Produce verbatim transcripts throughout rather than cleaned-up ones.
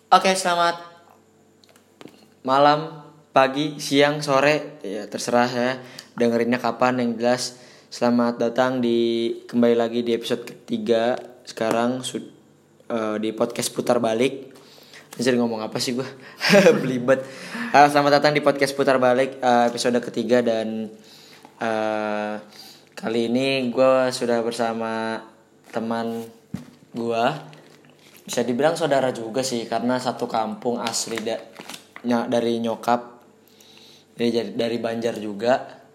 Oke, selamat malam, pagi, siang, sore, ya terserah ya. Dengerinnya kapan yang jelas. Selamat datang di kembali lagi di episode ketiga sekarang uh, di podcast putar balik. Jadi ngomong apa sih gue? Belibet. Uh, selamat datang di podcast putar balik uh, episode ketiga dan uh, kali ini gue sudah bersama teman gue. Bisa dibilang saudara juga sih karena satu kampung asli da, ny- dari nyokap dari dari Banjar juga.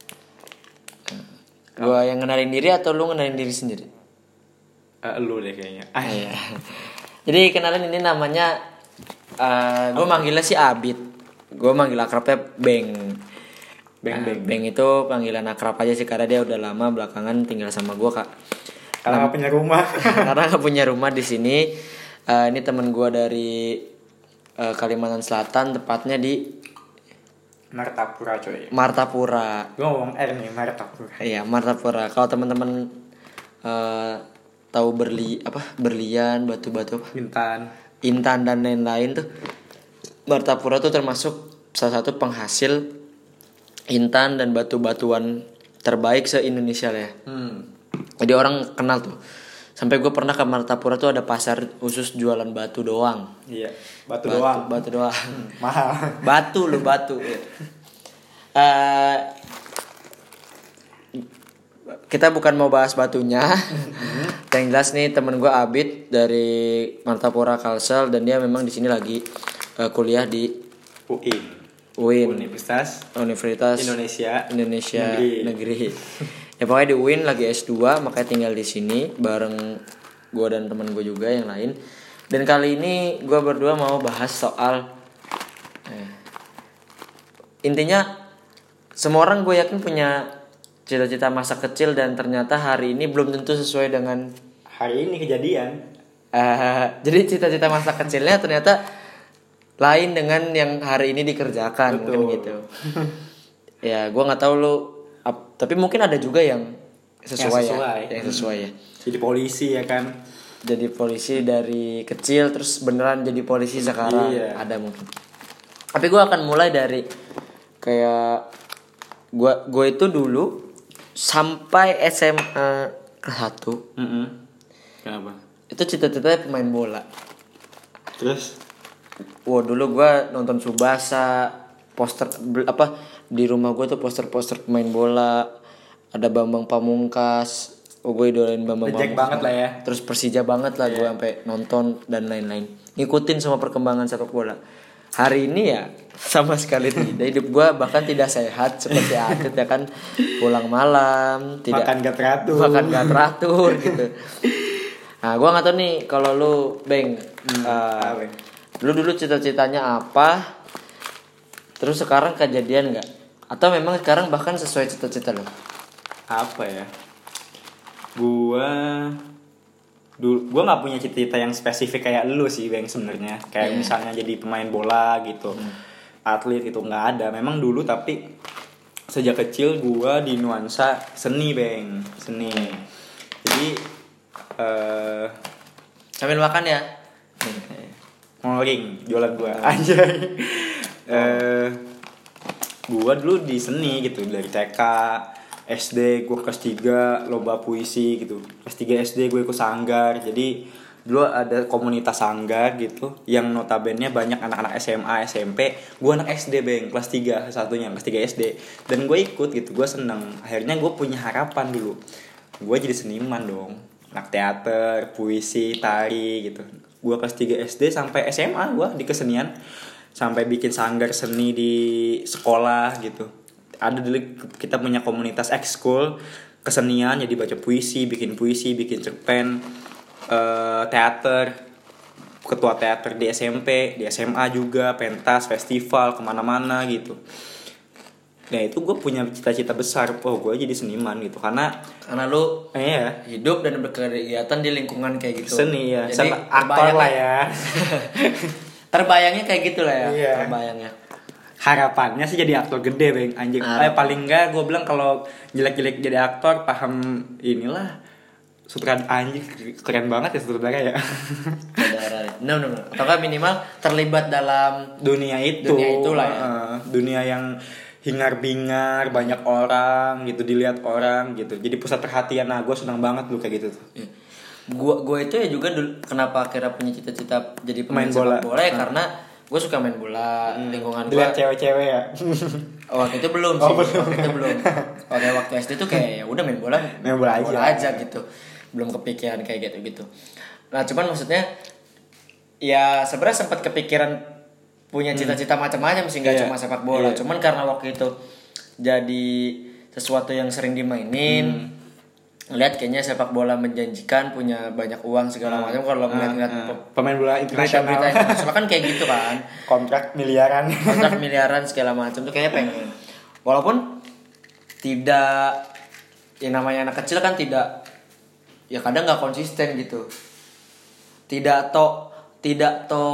Gua yang kenalin diri atau lu kenalin diri sendiri? Uh, lu deh kayaknya. Ah, iya. Jadi kenalin ini namanya uh, gue manggilnya si Abid. Gue manggil akrabnya Beng. Beng Beng. Beng. Beng itu panggilan akrab aja sih karena dia udah lama belakangan tinggal sama gue kak. Karena nggak punya rumah. Karena nggak punya rumah di sini. Uh, ini teman gue dari uh, Kalimantan Selatan, tepatnya di Martapura coy. Martapura. Gue ngomong R nih, Martapura. Iya, Martapura. Kalau teman-teman uh, tahu berli apa berlian, batu-batu apa? Intan. Intan dan lain-lain tuh. Martapura tuh termasuk salah satu penghasil intan dan batu-batuan terbaik se-Indonesia lah ya. Hmm. Jadi orang kenal tuh. Sampai gue pernah ke Martapura tuh ada pasar khusus jualan batu doang. Iya, batu, Batu doang. Batu doang. Hmm, mahal. Batu lu batu. uh, kita bukan mau bahas batunya. Yang jelas nih temen gue Abid dari Martapura Kalsel dan dia memang di sini lagi uh, kuliah di U I. U I N. Universitas Universitas Indonesia Indonesia Negeri. Negeri. Ya pokoknya di U I N lagi S dua, makanya tinggal di sini bareng gue dan teman gue juga yang lain. Dan kali ini gue berdua mau bahas soal eh, intinya semua orang gue yakin punya cita-cita masa kecil dan ternyata hari ini belum tentu sesuai dengan hari ini kejadian. uh, jadi cita-cita masa kecilnya ternyata lain dengan yang hari ini dikerjakan. Betul. Mungkin gitu. Ya gue nggak tahu lu ap, tapi mungkin ada juga yang sesuai, Yang sesuai. ya yang sesuai ya. Jadi polisi ya kan. Jadi polisi dari kecil terus beneran jadi polisi sekarang. Iya. Ada mungkin. Tapi gue akan mulai dari kayak gue gue itu dulu sampai S M A kelas satu. Mm-mm. Kenapa? Itu cita-citanya pemain bola. Terus? Wah dulu gue nonton Tsubasa, poster apa di rumah gue tuh poster-poster pemain bola, ada Bambang Pamungkas. Oh gue idolain Bambang Reject Pamungkas banget lah ya. Terus Persija banget lah, yeah. Gue sampai nonton dan lain-lain, ngikutin sama perkembangan sepak bola. Hari ini ya sama sekali tidak, hidup gue bahkan tidak sehat seperti atlet ya kan, pulang malam, tidak makan gak teratur, makan gak teratur gitu. Nah gue nggak tahu nih kalau lu Beng, hmm, uh, lu dulu cita-citanya apa? Terus sekarang kejadian nggak? Atau memang sekarang bahkan sesuai cita-cita lo? Apa ya? Gua dulu gua nggak punya cita-cita yang spesifik kayak lu sih Bang sebenarnya. Kayak yeah. Misalnya jadi pemain bola gitu, hmm. atlet gitu nggak ada. Memang dulu tapi sejak kecil gua di nuansa seni Bang, seni. Jadi uh, sambil makan ya. Ngoling jualan gua anjay. Eh, gua dulu di seni gitu dari T K, S D gua kelas tiga lomba puisi gitu. Kelas tiga S D gue ikut sanggar. Jadi dulu ada komunitas sanggar gitu yang notabene banyak anak-anak S M A, S M P. Gua anak S D, Bang, kelas tiga satunya, kelas tiga S D. Dan gue ikut gitu, gue seneng. Akhirnya gue punya harapan dulu. Gue jadi seniman dong. Anak teater, puisi, tari gitu. Gue kelas tiga S D sampai S M A gue di kesenian. Sampai bikin sanggar seni di sekolah gitu. Ada dulu kita punya komunitas ekskul kesenian, jadi baca puisi, bikin puisi, bikin cerpen, uh, teater, ketua teater di S M P, di S M A juga, pentas, festival, kemana-mana gitu. Nah itu gue punya cita-cita besar, oh gue jadi seniman gitu, karena karena lu eh, ya hidup dan berkegiatan di lingkungan kayak gitu. Seni ya, jadi aktor lah ya. Terbayangnya kayak gitu lah ya, iya. Terbayangnya. Harapannya sih jadi aktor gede, Bang, anjing. Eh, paling enggak gue bilang kalau jelek-jelek jadi aktor paham inilah sutradara, anjing keren banget ya sutradara ya. Ada berlari. No, no, no. Atau kan minimal terlibat dalam dunia itu. Dunia itulah ya. Uh, dunia yang hingar-bingar, banyak orang gitu, dilihat orang gitu. Jadi pusat perhatian. Nah, gue senang banget lu kayak gitu tuh. Iya. Gua gua itu ya juga dulu kenapa akhirnya punya cita-cita jadi pemain Main bola. sepak bola ya Hmm. karena gue suka main bola, hmm. lingkungan gue. Dilihat cewek-cewek ya. Waktu itu belum sih. Oh, belum. Waktu itu belum. Waktu waktu S D tuh kayak ya udah main bola, Main bola aja. aja gitu. Belum kepikiran kayak gitu-gitu. Nah, cuman maksudnya ya sebenarnya sempat kepikiran punya cita-cita hmm. macam-macam sih, nggak yeah. cuma sepak bola. Yeah. Cuman karena waktu itu jadi sesuatu yang sering dimainin. Hmm. Ngeliat kayaknya sepak bola menjanjikan, punya banyak uang segala macam. Kalau ngeliat-ngeliat uh, uh, pemain bola internasional kan kayak gitu kan, kontrak miliaran kontrak miliaran segala macam tuh kayaknya pengen. Walaupun tidak, ya namanya anak kecil kan tidak, ya kadang nggak konsisten gitu. Tidak to, tidak to,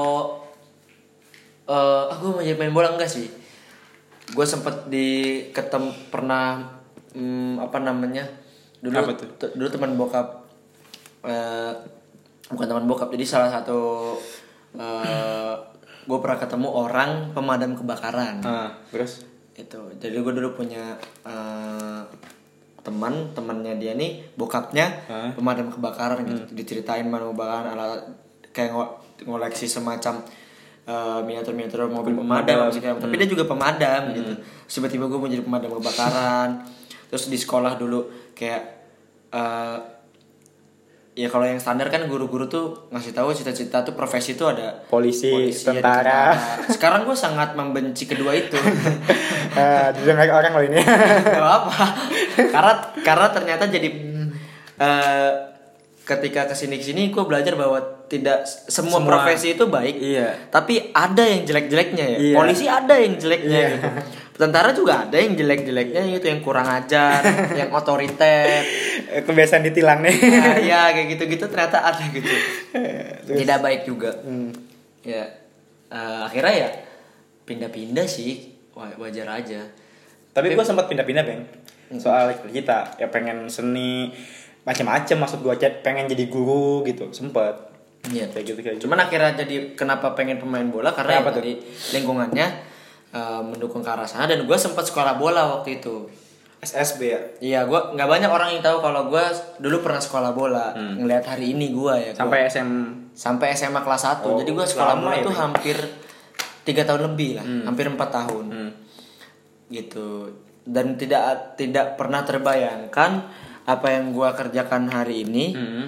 uh, aku mau jadi main bola enggak sih? Gue sempet di ketem pernah um, apa namanya? Dulu t- dulu teman bokap, uh, bukan teman bokap, jadi salah satu uh, gue pernah ketemu orang pemadam kebakaran. Uh, terus itu jadi gue dulu punya uh, teman temannya dia nih bokapnya uh. pemadam kebakaran gitu. Hmm. Diceritain pemadam kebakaran ala kayak ngoleksi semacam uh, miniatur-miniatur mobil pemadam, pemadam. Hmm. Tapi dia juga pemadam hmm. gitu. Tiba-tiba gue mau jadi pemadam kebakaran. Terus di sekolah dulu kayak uh, ya kalau yang standar kan guru-guru tuh ngasih tahu cita-cita tuh profesi tuh ada polisi, polisi tentara. Ya, sekarang gue sangat membenci kedua itu. uh, Didengar orang loh ini. Gak apa. Karena karena ternyata jadi uh, ketika kesini-kesini gue belajar bahwa tidak semua, semua profesi itu baik. Iya. Tapi ada yang jelek-jeleknya ya. Iya. Polisi ada yang jeleknya iya. gitu. Tentara juga ada yang jelek-jeleknya gitu, yang kurang ajar, yang otoriter, kebiasaan ditilang nih. Nah, ya kayak gitu-gitu ternyata ada gitu. Tidak baik juga. Hmm. Ya uh, akhirnya ya pindah-pindah sih, wajar aja. Tapi, Tapi gue sempat pindah-pindah Bang. Soal kita ya pengen seni macam-macam, maksud gue pengen jadi guru gitu, sempet. Iya. Kayak gitu kayak. Cuman gitu. Akhirnya jadi kenapa pengen pemain bola karena ya tadi lingkungannya Uh, mendukung ke arah sana dan gue sempat sekolah bola waktu itu. S S B ya? Iya, gue nggak banyak orang yang tahu kalau gue dulu pernah sekolah bola. Hmm. Ngelihat hari ini gue ya. Sampai gua, S M sampai S M A kelas satu. Oh, jadi gue sekolah bola ya, tuh ya? hampir tiga tahun lebih lah, hmm. hampir empat tahun. Hmm. Gitu. Dan tidak tidak pernah terbayangkan apa yang gue kerjakan hari ini. Hmm.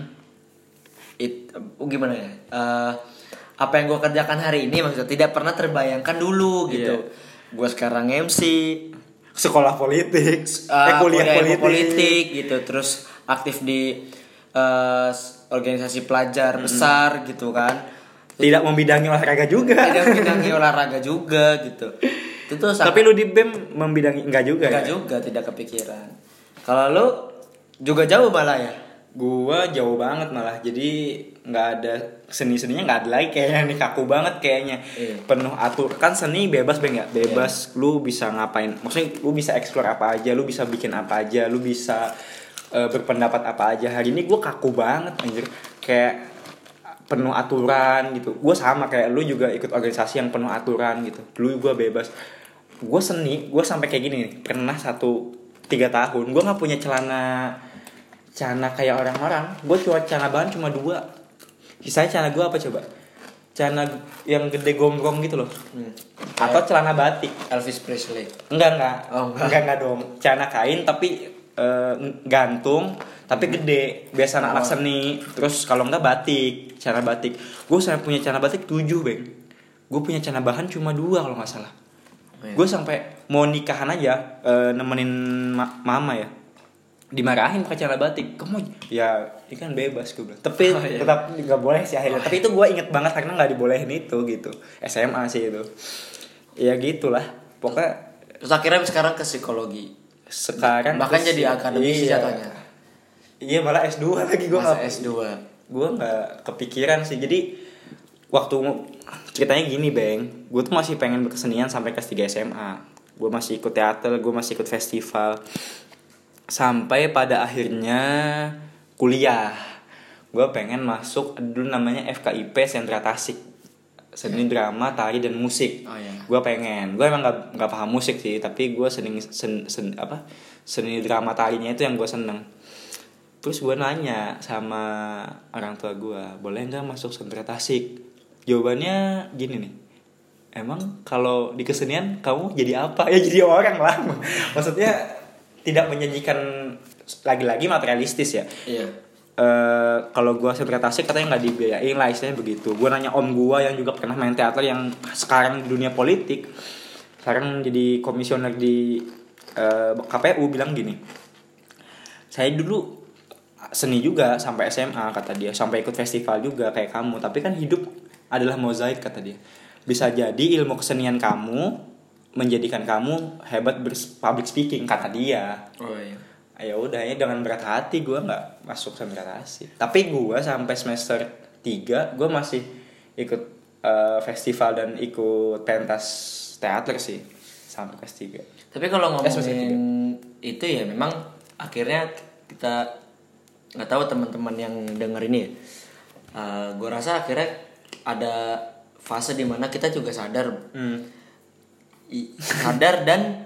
It, uh, gimana ya? Uh, apa yang gue kerjakan hari ini maksudnya tidak pernah terbayangkan dulu gitu. Yeah. Gue sekarang M C, sekolah politik, uh, eh, kuliah, kuliah politik. politik gitu, terus aktif di uh, organisasi pelajar mm-hmm. besar gitu kan. Tidak membidangi olahraga juga. Tidak membidangi olahraga juga gitu. Itu tuh sangat, tapi lu di B E M membidangi enggak juga? Enggak ya? Juga, tidak kepikiran. Kalau lu juga jauh malah ya? Gua jauh banget malah, jadi nggak ada seni-seninya, nggak ada lagi kayaknya nih, kaku banget kayaknya. Iya. Penuh atur kan, seni bebas Bang ya, bebas. Iya. Lu bisa ngapain, maksudnya lu bisa explore apa aja, lu bisa bikin apa aja, lu bisa uh, berpendapat apa aja. Hari ini gue kaku banget anjir, kayak penuh aturan gitu. Gue sama kayak lu juga ikut organisasi yang penuh aturan gitu. Dulu gue bebas, gue seni, gue sampai kayak gini nih, pernah satu tiga tahun gue nggak punya celana celana kayak orang-orang. Gue cuma celana bahan cuma dua. Sisanya celana gue apa coba? Celana yang gede gombrong gitu loh. Hmm. Atau celana batik. Elvis Presley. Enggak enggak. Oh, enggak. Enggak enggak dong. Celana kain tapi uh, gantung tapi hmm. gede. Biasa anak-anak oh. seni. Terus kalau enggak batik, celana batik. Gue sampai punya celana batik tujuh, Bang. Gue punya celana bahan cuma dua kalau enggak salah. Oh, iya. Gue sampai mau nikahan aja uh, nemenin ma- mama ya. Dimarahin pakai celana batik, kamu ya ini kan bebas gue bilang, tapi oh, iya. tetap nggak boleh sih akhirnya. Oh, tapi itu gue inget banget karena nggak dibolehin itu gitu, S M A sih itu, ya gitulah pokoknya. Terus akhirnya sekarang ke psikologi, sekarang bahkan terus, jadi akademisi iya. jatuhnya. Iya malah S dua lagi gue nggak. S dua, gue nggak kepikiran sih. Jadi waktu ceritanya gini Bang, gue tuh masih pengen berkesenian sampai kelas tiga S M A. Gue masih ikut teater, gue masih ikut festival. Sampai pada akhirnya kuliah gue pengen masuk dulu namanya F K I P Sentra Tasik, seni drama, tari dan musik. Oh, iya. Gue pengen, gue emang nggak nggak paham musik sih, tapi gue seni sen, sen, apa seni drama tarinya itu yang gue seneng. Terus gue nanya sama orang tua gue, boleh nggak masuk Sentra Tasik? Jawabannya gini nih, emang kalau di kesenian kamu jadi apa? Ya jadi orang lah. Maksudnya tidak menjanjikan, lagi-lagi materialistis ya. Iya. Uh, kalau gue Sentra Tasik katanya nggak dibiayain lah, istilahnya begitu. Gue nanya om gue yang juga pernah main teater, yang sekarang di dunia politik, sekarang jadi komisioner di uh, K P U, bilang gini, saya dulu seni juga sampai S M A kata dia, sampai ikut festival juga kayak kamu, tapi kan hidup adalah mozaik kata dia. Bisa jadi ilmu kesenian kamu menjadikan kamu hebat public speaking kata dia. Oh iya. Ya udah, ya dengan berat hati gue nggak masuk Sentra Tasik. Tapi gue sampai semester tiga gue masih ikut uh, festival dan ikut pentas teater sih sampai kelas tiga. Tapi kalau ngomongin eh, itu ya memang akhirnya kita nggak tahu teman-teman yang denger ini ya. Uh, gue rasa akhirnya ada fase dimana kita juga sadar, hmm. I, sadar dan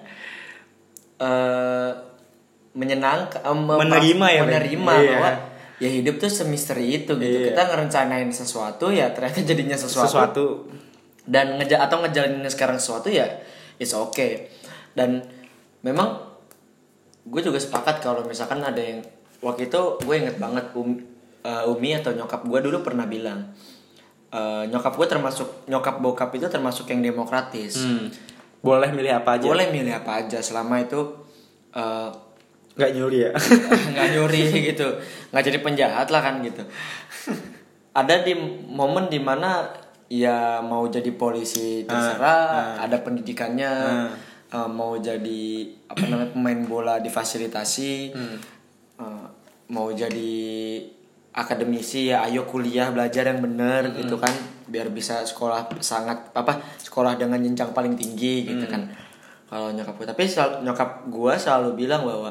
uh, menyenangkan, um, menerima ya, menerima iya. bahwa ya hidup tuh semisteri itu gitu. Iya. Kita ngerencanain sesuatu ya ternyata jadinya sesuatu. Sesuatu. Dan ngeja atau ngejalanin sekarang sesuatu ya it's okay. Dan memang gue juga sepakat kalau misalkan ada yang waktu itu gue inget banget um, uh, Umi atau nyokap gue dulu pernah bilang, uh, nyokap gue termasuk nyokap bokap itu termasuk yang demokratis. Hmm. Boleh milih apa aja. Boleh milih apa aja selama itu uh, nggak nyuri ya. Nggak nyuri gitu, nggak jadi penjahat lah kan gitu. Ada di momen dimana ya mau jadi polisi terserah, uh, uh. ada pendidikannya, uh. Uh, mau jadi apa namanya pemain bola difasilitasi. Hmm. Uh, mau jadi akademisi ya ayo kuliah belajar yang benar hmm. gitu kan, biar bisa sekolah sangat apa sekolah dengan jenjang paling tinggi gitu hmm. kan kalau nyokap gue. Tapi sel- nyokap gue selalu bilang bahwa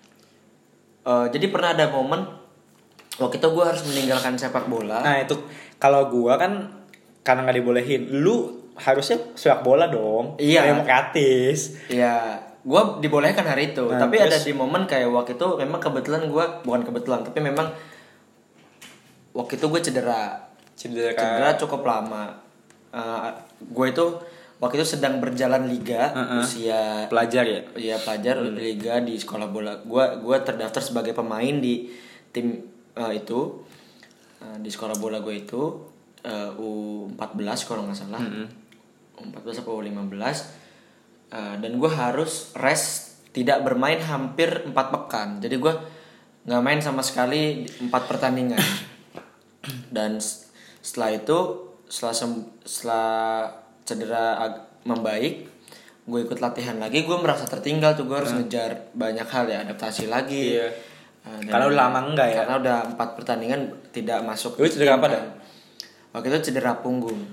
uh, jadi pernah ada momen waktu itu gue harus meninggalkan sepak bola. Nah itu kalau gue kan karena nggak dibolehin, lu harusnya sepak bola dong. Iya. Demokratis. Iya. Gue dibolehkan hari itu, nah, tapi terus, ada di momen kayak waktu itu memang kebetulan gue bukan kebetulan tapi memang waktu itu gue cedera cedera, cedera cukup lama. Uh, gue itu waktu itu sedang berjalan liga uh-uh. usia pelajar ya, iya pelajar hmm. liga di sekolah bola. Gue gue terdaftar sebagai pemain di tim uh, itu uh, di sekolah bola gue itu uh, U empat belas kalau nggak salah, hmm. U empat belas atau U lima belas. Uh, dan gue harus rest, tidak bermain hampir empat pekan. Jadi gue nggak main sama sekali empat pertandingan. Dan setelah itu setelah sem- setelah cedera ag- membaik, gue ikut latihan lagi. Gue merasa tertinggal tuh, gue harus hmm. ngejar banyak hal ya, adaptasi lagi. Iya. Uh, karena udah lama enggak ya? Karena udah empat pertandingan tidak masuk. Lu cedera apa dah? Waktu itu cedera punggung.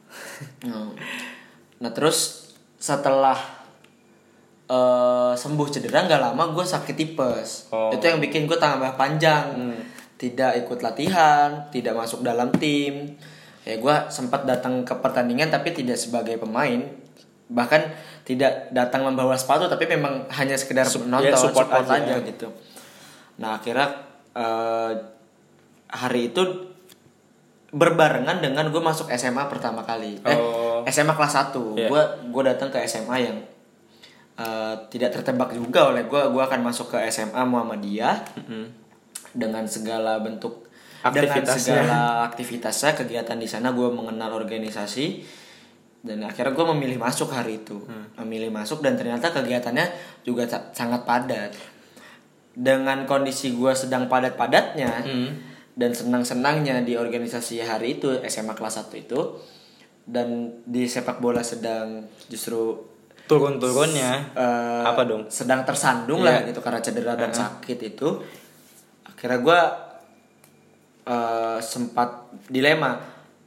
Nah terus setelah uh, sembuh cedera nggak lama gue sakit tipes. Oh. Itu yang bikin gue tambah panjang, hmm. tidak ikut latihan, tidak masuk dalam tim. Ya gue sempat datang ke pertandingan tapi tidak sebagai pemain, bahkan tidak datang membawa sepatu, tapi memang hanya sekedar Sup- nonton, ya, support, support aja, aja ya. gitu. Nah akhirnya uh, hari itu berbarengan dengan gue masuk S M A pertama kali. Eh, oh. S M A kelas satu. Yeah. Gue gue datang ke S M A yang uh, tidak tertebak juga oleh gue. Gue akan masuk ke S M A Muhammadiyah mm-hmm. dengan segala bentuk dengan segala aktivitasnya, kegiatan di sana. Gue mengenal organisasi dan akhirnya gue memilih masuk hari itu. Hmm. Memilih masuk dan ternyata kegiatannya juga t- sangat padat. Dengan kondisi gue sedang padat-padatnya. Hmm. Dan senang-senangnya di organisasi hari itu S M A kelas satu itu, dan di sepak bola sedang justru turun-turunnya uh, apa dong sedang tersandung yeah. lah gitu karena cedera dan uh-huh. sakit itu. Akhirnya gue uh, sempat dilema,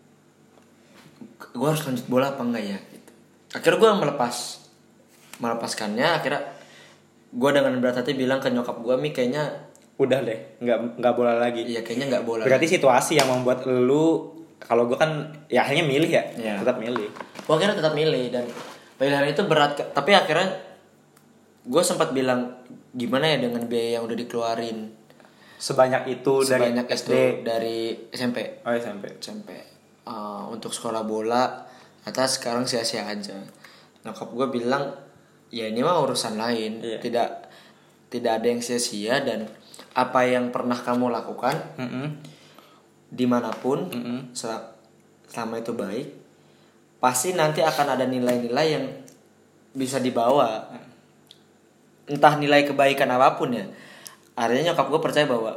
gue harus lanjut bola apa enggak ya gitu. Akhirnya gue melepas melepaskannya. Akhirnya gue dengan berat hati bilang ke nyokap gue, Mi kayaknya udah deh, nggak nggak bola lagi. Iya kayaknya nggak bola. Berarti situasi yang membuat lu, kalau gue kan ya akhirnya milih ya, ya. tetap milih. Gue akhirnya tetap milih dan pilihan itu berat, tapi akhirnya gue sempat bilang gimana ya dengan biaya yang udah dikeluarin sebanyak itu sebanyak dari itu S D, dari S M P. Oh S M P. S M P uh, untuk sekolah bola, atas sekarang sia-sia aja. Nyokap gue bilang ya ini mah urusan lain, iya. tidak tidak ada yang sia-sia dan apa yang pernah kamu lakukan Mm-hmm. dimanapun Mm-hmm. selama itu baik, pasti nanti akan ada nilai-nilai yang bisa dibawa, entah nilai kebaikan apapun ya. Artinya nyokap gue percaya bahwa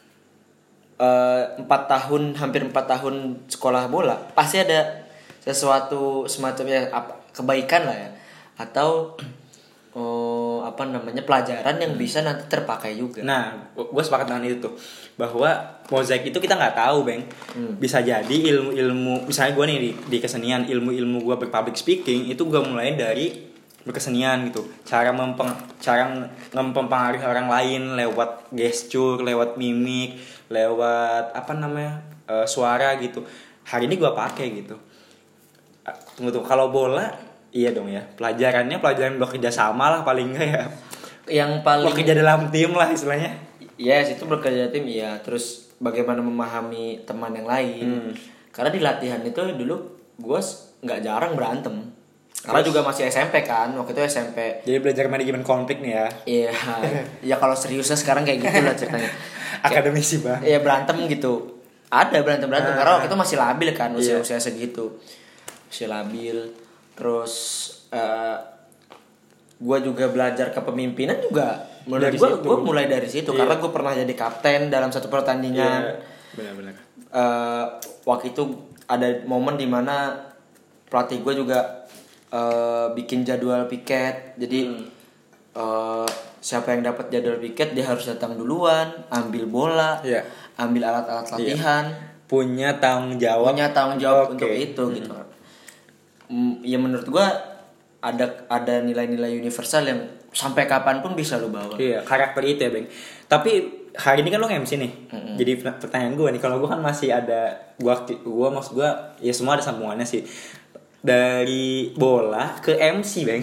uh, empat tahun hampir empat tahun sekolah bola pasti ada sesuatu semacamnya apa kebaikan lah ya, atau uh, apa namanya pelajaran yang bisa nanti terpakai juga. Nah, gue sepakat dengan itu tuh, bahwa mozaik itu kita nggak tahu, Bang. Hmm. Bisa jadi ilmu-ilmu, misalnya gue nih di, di kesenian, ilmu-ilmu gue berpublic speaking itu gue mulai dari berkesenian gitu, cara mempeng cara mempengaruhi orang lain lewat gestur, lewat mimik, lewat apa namanya uh, suara gitu. Hari ini gue pakai gitu. Tunggu tuh, kalau bola iya dong ya, pelajarannya pelajaran bekerja sama lah paling enggak ya. Yang paling bekerja dalam tim lah istilahnya. Yes, itu bekerja tim ya. Terus bagaimana memahami teman yang lain. Hmm. Karena di latihan itu dulu gue nggak jarang berantem. Karena juga masih S M P kan, waktu itu S M P. Jadi belajar manajemen konflik nih ya. Iya. Ya kalau seriusnya sekarang kayak gitu lah ceritanya. Akademisi bang. Iya berantem gitu. Ada berantem-berantem. Ah. Karena waktu itu masih labil kan, usia-usia segitu. Masih labil. Terus uh, gue juga belajar kepemimpinan juga. Menurut gue, gue mulai dari situ. Iya. Karena gue pernah jadi kapten dalam satu pertandingan. Iya. Benar-benar. Uh, waktu itu ada momen dimana pelatih gue juga Uh, bikin jadwal piket. Jadi hmm. uh, siapa yang dapat jadwal piket dia harus datang duluan, ambil bola, yeah. ambil alat-alat latihan, yeah. punya tanggung jawab, punya tanggung jawab okay. untuk itu hmm. gitu. Mm, ya menurut gua ada ada nilai-nilai universal yang sampai kapanpun bisa lo bawa. Iya, karakter itu ya, Bang. Tapi hari ini kan lo M C nih. Mm-hmm. Jadi pertanyaan gua nih, kalau gua kan masih ada gua gua maksud gua ya semua ada sambungannya sih. Dari bola ke M C, Bang.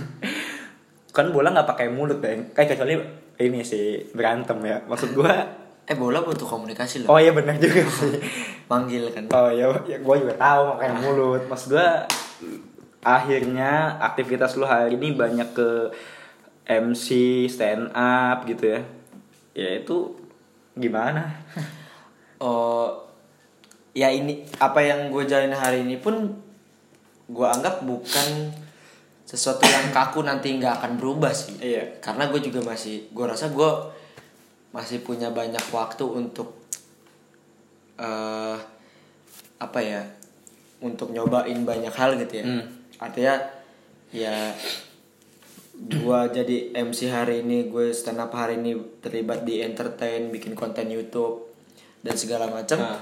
Kan bola nggak pakai mulut, Bang. Kayak kecuali ini sih berantem ya. Maksud gua eh bola butuh komunikasi loh. Oh iya benar juga sih. Panggil kan. Oh iya, ya, gua juga tahu pakai mulut. Maksud gua akhirnya aktivitas lu hari ini banyak ke M C, stand up gitu ya. Ya itu gimana? Oh ya ini apa yang gue jalanin hari ini pun gue anggap bukan sesuatu yang kaku nanti nggak akan berubah sih. Iya. Karena gue juga masih, gue rasa gue masih punya banyak waktu untuk uh, apa ya, untuk nyobain banyak hal gitu ya. Hmm. Artinya ya gue jadi M C hari ini, gue stand up hari ini, terlibat di entertain, bikin konten YouTube dan segala macam. Nah.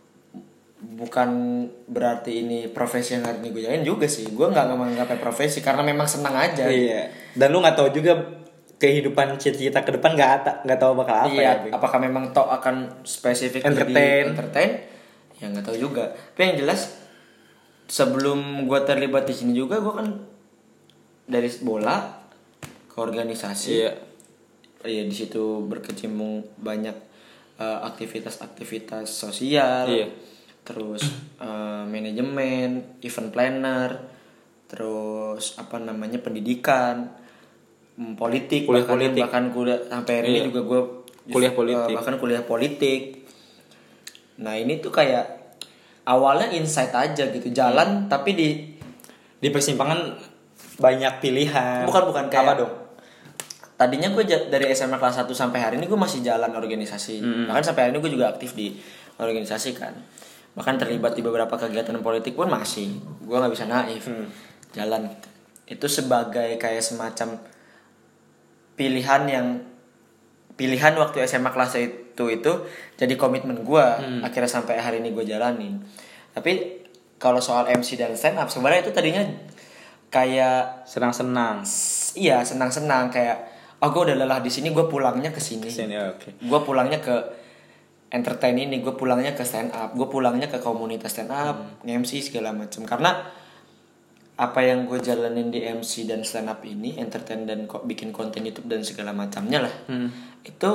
Bukan berarti ini profesi yang hari ini gue jalanin juga sih. Gue nggak menganggapnya profesi karena memang senang aja. Iya. Dan lu nggak tahu juga kehidupan cita-cita ke depan nggak nggak tahu bakal apa. Iya. Ya, apakah memang toh akan spesifik entertain? Di entertain? Ya nggak tahu juga. Tapi yang jelas sebelum gue terlibat di sini juga gue kan dari bola ke organisasi. Iya. Iya di situ berkecimpung banyak uh, aktivitas-aktivitas sosial. Iya. Terus uh, manajemen, event planner, terus apa namanya pendidikan, politik, kuliah bahkan politik. bahkan kuliah sampai hari iya. ini juga gue kuliah politik, uh, bahkan kuliah politik. Nah ini tuh kayak awalnya insight aja gitu, jalan hmm. tapi di di persimpangan banyak pilihan. Bukan bukan kayak apa dong? Tadinya gue dari S M A kelas satu sampai hari ini gue masih jalan organisasi, hmm. bahkan sampai hari ini gue juga aktif di organisasi kan. Bahkan terlibat di beberapa kegiatan politik pun masih. Gue gak bisa naif hmm. jalan gitu. Itu sebagai kayak semacam pilihan yang pilihan waktu S M A kelas itu itu jadi komitmen gue. hmm. Akhirnya sampai hari ini gue jalanin. Tapi kalau soal M C dan stand up sebenarnya itu tadinya kayak senang-senang. Iya senang-senang kayak oh gue udah lelah di sini, gue pulangnya ke sini. Sini, oke. Okay. Gue pulangnya ke entertain ini, gue pulangnya ke stand up, gue pulangnya ke komunitas stand up, hmm. M C segala macam. Karena apa yang gue jalanin di M C dan stand up ini, entertain dan kok bikin konten YouTube dan segala macamnya lah, hmm. itu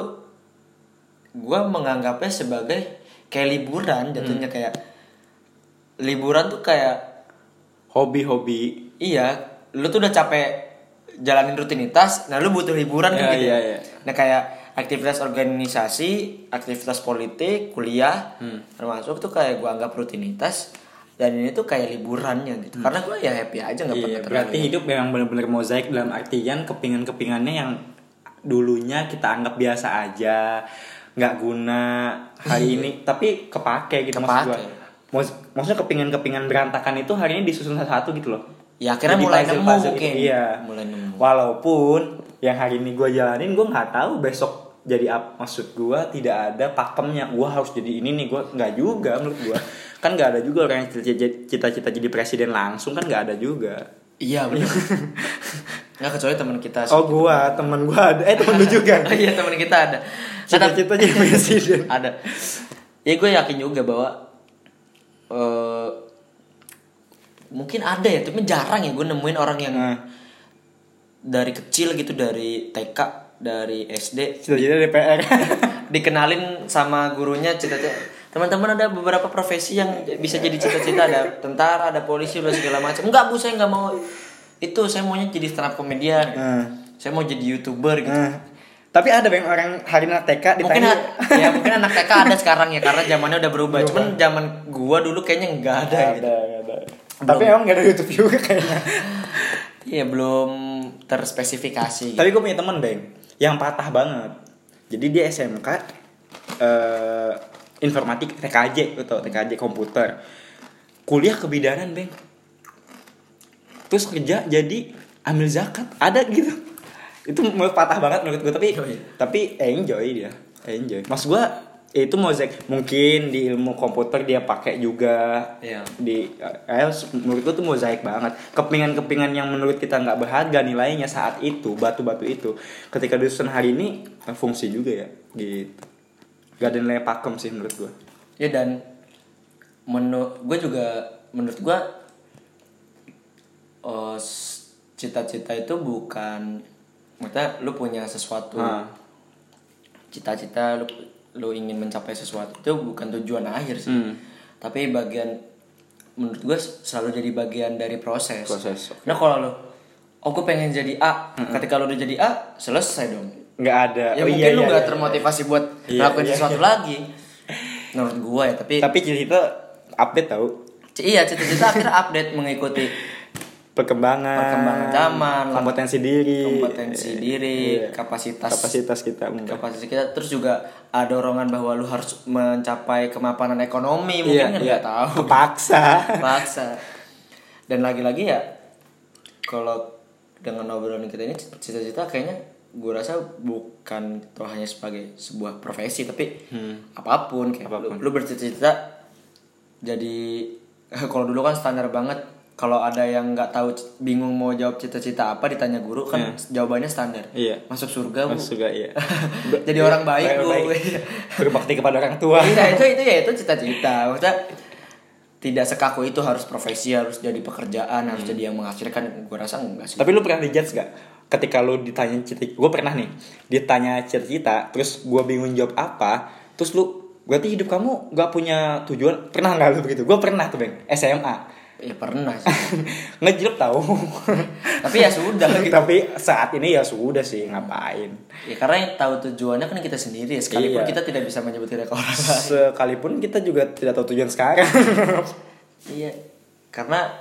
gue menganggapnya sebagai kayak liburan jatuhnya. Hmm. Kayak liburan tuh kayak hobi-hobi. Iya, lu tuh udah capek jalanin rutinitas, nah lu butuh liburan kan ya, gitu. Iya, iya. Nah kayak aktivitas organisasi, aktivitas politik, kuliah, hmm. termasuk tuh kayak gue anggap rutinitas, dan ini tuh kayak liburannya gitu. Hmm. Karena gue ya happy aja nggak iya, pernah terlalu. Berarti hidup memang benar-benar mozaik dalam artian kepingan-kepingannya yang dulunya kita anggap biasa aja, nggak guna hari ini, tapi kepake gitu. Maksud gue. Maksudnya kepingan-kepingan berantakan itu hari ini disusun satu-satu gitu loh. Ya akhirnya jadi mulai puzzle, nemu puzzle mungkin. Iya. Mulai nemu. Walaupun yang hari ini gue jalanin gue nggak tahu besok jadi apa. Maksud gue tidak ada pakemnya. Gue harus jadi ini nih. Gue nggak juga menurut gue. Kan nggak ada juga orang yang cita-cita jadi presiden langsung kan nggak ada juga. Iya benar. Nggak kecuali teman kita. Oh gue teman gue ada. Eh teman lu juga. Oh iya teman kita ada. Cita-cita jadi presiden. Ada. Ya gue yakin juga bahwa uh, mungkin ada ya, tapi jarang ya gue nemuin orang yang hmm. dari kecil gitu, dari T K, dari S D, cita-cita D P R dikenalin sama gurunya cita-cita. Teman-teman ada beberapa profesi yang bisa jadi cita-cita, ada tentara, ada polisi, udah segala macam. Enggak bu, saya nggak mau itu, saya maunya jadi stand up comedian, hmm. saya mau jadi YouTuber gitu. Hmm. Tapi ada yang orang hari anak T K mungkin ha- ya mungkin anak T K ada sekarang ya, karena zamannya udah berubah. Cuman zaman gua dulu kayaknya nggak ada. Gak gitu. Ada, gak ada. Belum. Tapi emang gak ada YouTube juga kayaknya. Iya belum terspesifikasi gitu. Tapi gue punya teman Bang yang patah banget. Jadi dia S M K uh, informatik T K J atau T K J komputer. Kuliah kebidanan Bang. Terus kerja jadi ambil zakat. Ada gitu. Itu patah banget menurut gue, tapi oh, iya. tapi enjoy dia. Enjoy. Mas gue itu mozaik, mungkin di ilmu komputer dia pakai juga. Iya. Di eh, menurut gue tuh mozaik banget. Kepingan-kepingan yang menurut kita nggak berharga nilainya saat itu, batu-batu itu, ketika disusun hari ini fungsi juga ya gitu. Gak ada nilai pakem sih menurut gue. Ya dan menurut gue juga, menurut gue oh, cita-cita itu bukan, maksudnya lu punya sesuatu ha. cita-cita lu lo ingin mencapai sesuatu itu bukan tujuan akhir sih, hmm. tapi bagian, menurut gue selalu jadi bagian dari proses. Proses. Okay. Nah kalau lo, oh gue pengen jadi A, hmm. ketika lo udah jadi A selesai dong. Nggak ada. Ya oh, mungkin iya, lo nggak iya, termotivasi iya. buat iya, ngelakuin iya, sesuatu iya. lagi. Menurut gue ya, tapi. Tapi cita-cita update tau. C- iya cita-cita akhirnya update mengikuti perkembangan, perkembangan zaman, kompetensi diri, kompetensi diri, iya. kapasitas, kapasitas kita, kapasitas kita. Terus juga ada dorongan bahwa lu harus mencapai kemapanan ekonomi, mungkin iya, kan iya. nggak tahu. Paksa, paksa. Dan lagi-lagi ya, kalau dengan obrolan kita ini cita-cita kayaknya gue rasa bukan tuh hanya sebagai sebuah profesi, tapi hmm. apapun kayak apapun. Lu, lu bercita-cita jadi kalau dulu kan standar banget. Kalau ada yang nggak tahu, bingung mau jawab cita-cita apa, ditanya guru kan yeah. jawabannya standar. Iya. Masuk surga bu. Masuk surga iya. Jadi orang baik bu. Berbakti kepada orang tua. Iya itu itu ya itu cita-cita. Maksudnya tidak sekaku itu harus profesi, harus jadi pekerjaan, hmm. harus jadi yang menghasilkan. Gue rasa enggak sih. Tapi lu pernah dijudge gak? Ketika lu ditanya cita-cita, gue pernah nih ditanya cita-cita, terus gue bingung jawab apa, terus lu berarti hidup kamu nggak punya tujuan? Pernah nggak lu begitu? Gue pernah tuh bang, S M A. Ya pernah sih. Ngejelek tahu. Tapi ya sudah gitu. Tapi saat ini ya sudah sih, ngapain. Ya karena yang tahu tujuannya kan kita sendiri ya. Sekalipun iya. kita tidak bisa menyebutkan ke orang lain. Sekalipun kita juga tidak tahu tujuan sekarang. Iya. Karena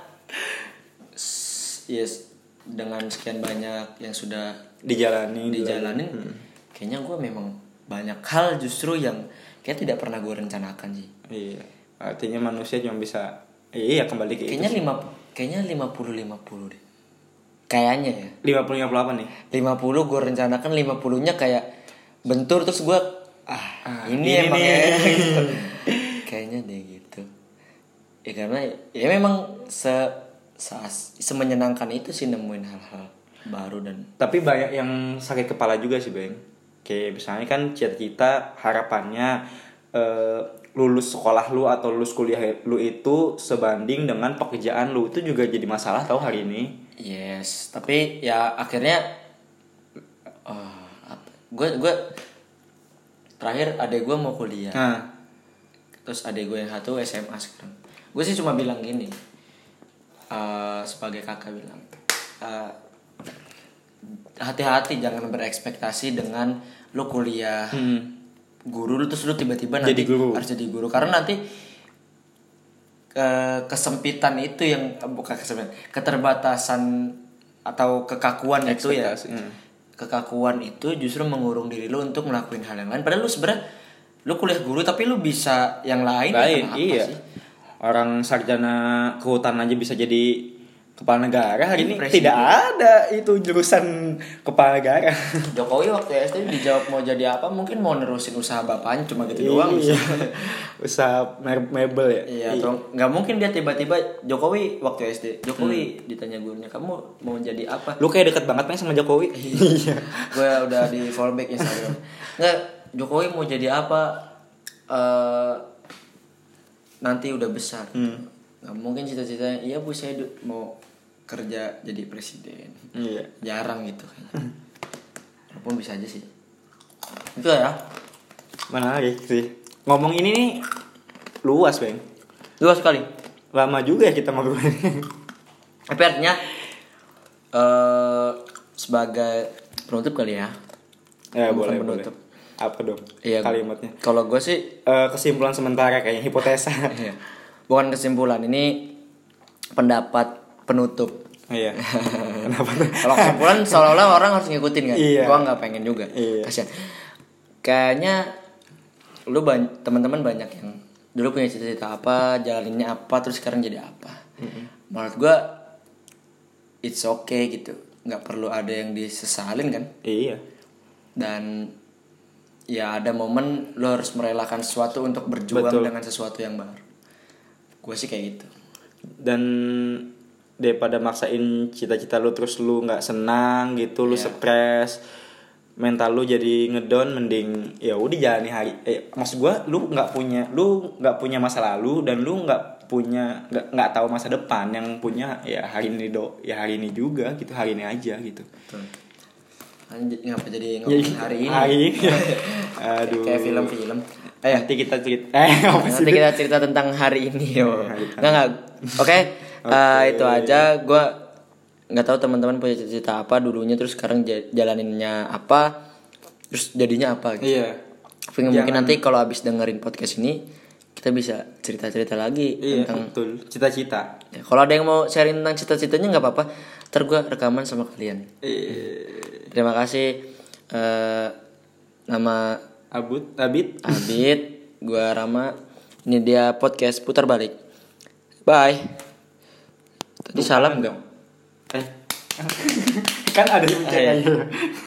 yes, dengan sekian banyak yang sudah dijalani dijalanin hmm. kayaknya gue memang banyak hal justru yang kayak tidak pernah gue rencanakan sih. Iya. Artinya manusia cuma bisa iya kembali ke kayaknya lima kayaknya lima puluh lima puluh deh. Kayaknya ya. lima puluh lima puluh apa nih? lima puluh gue rencanakan, lima puluh-nya kayak bentur terus gue ah, ah ini, ini emang ya, gitu. Kayaknya deh gitu. Ya karena ya memang se, se semenyenangkan itu sih nemuin hal-hal. baru dan tapi banyak yang sakit kepala juga sih Bang. Kayak misalnya kan cita-cita harapannya eh, lulus sekolah lu atau lulus kuliah lu itu sebanding dengan pekerjaan lu, itu juga jadi masalah tau hari ini. yes, tapi ya akhirnya uh, gue gue terakhir adek gue mau kuliah. Nah, terus adek gue yang satu S M A sekarang. Gue sih cuma bilang gini, uh, sebagai kakak bilang, uh, hati-hati jangan berekspektasi dengan lu kuliah hmm. guru lu terus lu tiba-tiba Jadi nanti guru. harus jadi guru, karena nanti ke kesempitan itu yang bukan kesempitan, keterbatasan atau kekakuan itu ya, Ekspektasi, hmm. kekakuan itu justru mengurung diri lu untuk ngelakuin hal yang lain. Padahal lu sebenarnya lu kuliah guru tapi lu bisa yang lain. Lain, ya iya. sih? Orang sarjana kehutanan aja bisa jadi kepala negara, hari ini Presiden. tidak ada itu jurusan kepala negara. Jokowi waktu S D dijawab mau jadi apa, mungkin mau nerusin usaha bapaknya cuma gitu doang. Iya. Usaha mebel ya. Iya, atau nggak mungkin dia tiba-tiba Jokowi waktu S D. Jokowi hmm. ditanya gurunya, kamu mau jadi apa? Lu kayak deket banget nih sama Jokowi. Iya. Gue udah di fallback Instagram. Nggak, Jokowi mau jadi apa? Uh, nanti udah besar. Hmm. Nggak mungkin cita-citanya, iya bu saya du- mau kerja jadi presiden. Iya. Jarang gitu kayaknya. Walaupun bisa aja sih. Itu ya. Menarik sih. Ngomong ini nih luas, Bang. Luas sekali. Lama juga ya kita ngobrol. Tapi artinya uh, sebagai penutup kali ya. Ya, Bukan boleh, penutup. boleh. Apa dong Iya, kalimatnya? Kalau gue sih Eh, kesimpulan sementara kayaknya, hipotesa. iya. Bukan kesimpulan, ini pendapat penutup. Iya. Kenapa tuh? Kalau kesimpulan seolah-olah orang harus ngikutin kan. Iya. Gua nggak pengen juga. Iya. Kasian. Kayaknya lu ban- teman-teman banyak yang dulu punya cita-cita apa, jalaninnya apa, terus sekarang jadi apa. Mm-hmm. Menurut gua it's okay gitu. Nggak perlu ada yang disesalin kan. Iya. Dan ya ada momen lu harus merelakan sesuatu untuk berjuang Betul. dengan sesuatu yang baru. Gue sih kayak gitu. Dan daripada maksain cita-cita lu terus lu nggak senang gitu, lu Iya. stres, mental lu jadi ngedown, mending ya udah jalani hari. Eh, maksud gua lu nggak punya, lu nggak punya masa lalu dan lu nggak punya nggak nggak tahu masa depan. Yang punya ya hari ini do, ya hari ini juga gitu, hari ini aja gitu. Betul. Anjir, ngapa jadi ngomongin hari ini? Hari ini. Aduh. Kayak film-film. Eh, Nanti kita cerita. Eh, apa sih? nanti kita cerita tentang hari ini yo. Hari- Enggak enggak. Oke, eh, Oke. itu aja. Gua nggak tahu teman-teman punya cita-cita apa dulunya, terus sekarang j- jalaninnya apa, terus jadinya apa gitu. Iya. Tapi mungkin Jangan- nanti kalau habis dengerin podcast ini kita bisa cerita-cerita lagi Iya, tentang betul. Cita-cita. ya, kalau ada yang mau sharing tentang cita-citanya nggak apa-apa. Ntar gue rekaman sama kalian. Eh, Terima kasih. Eh, nama Abut, Abid. Abid, gue Rama. Ini dia podcast Putar Balik. Bye. Tadi salam nggak? Eh. Kan ada yang Ah, iya. cek aja.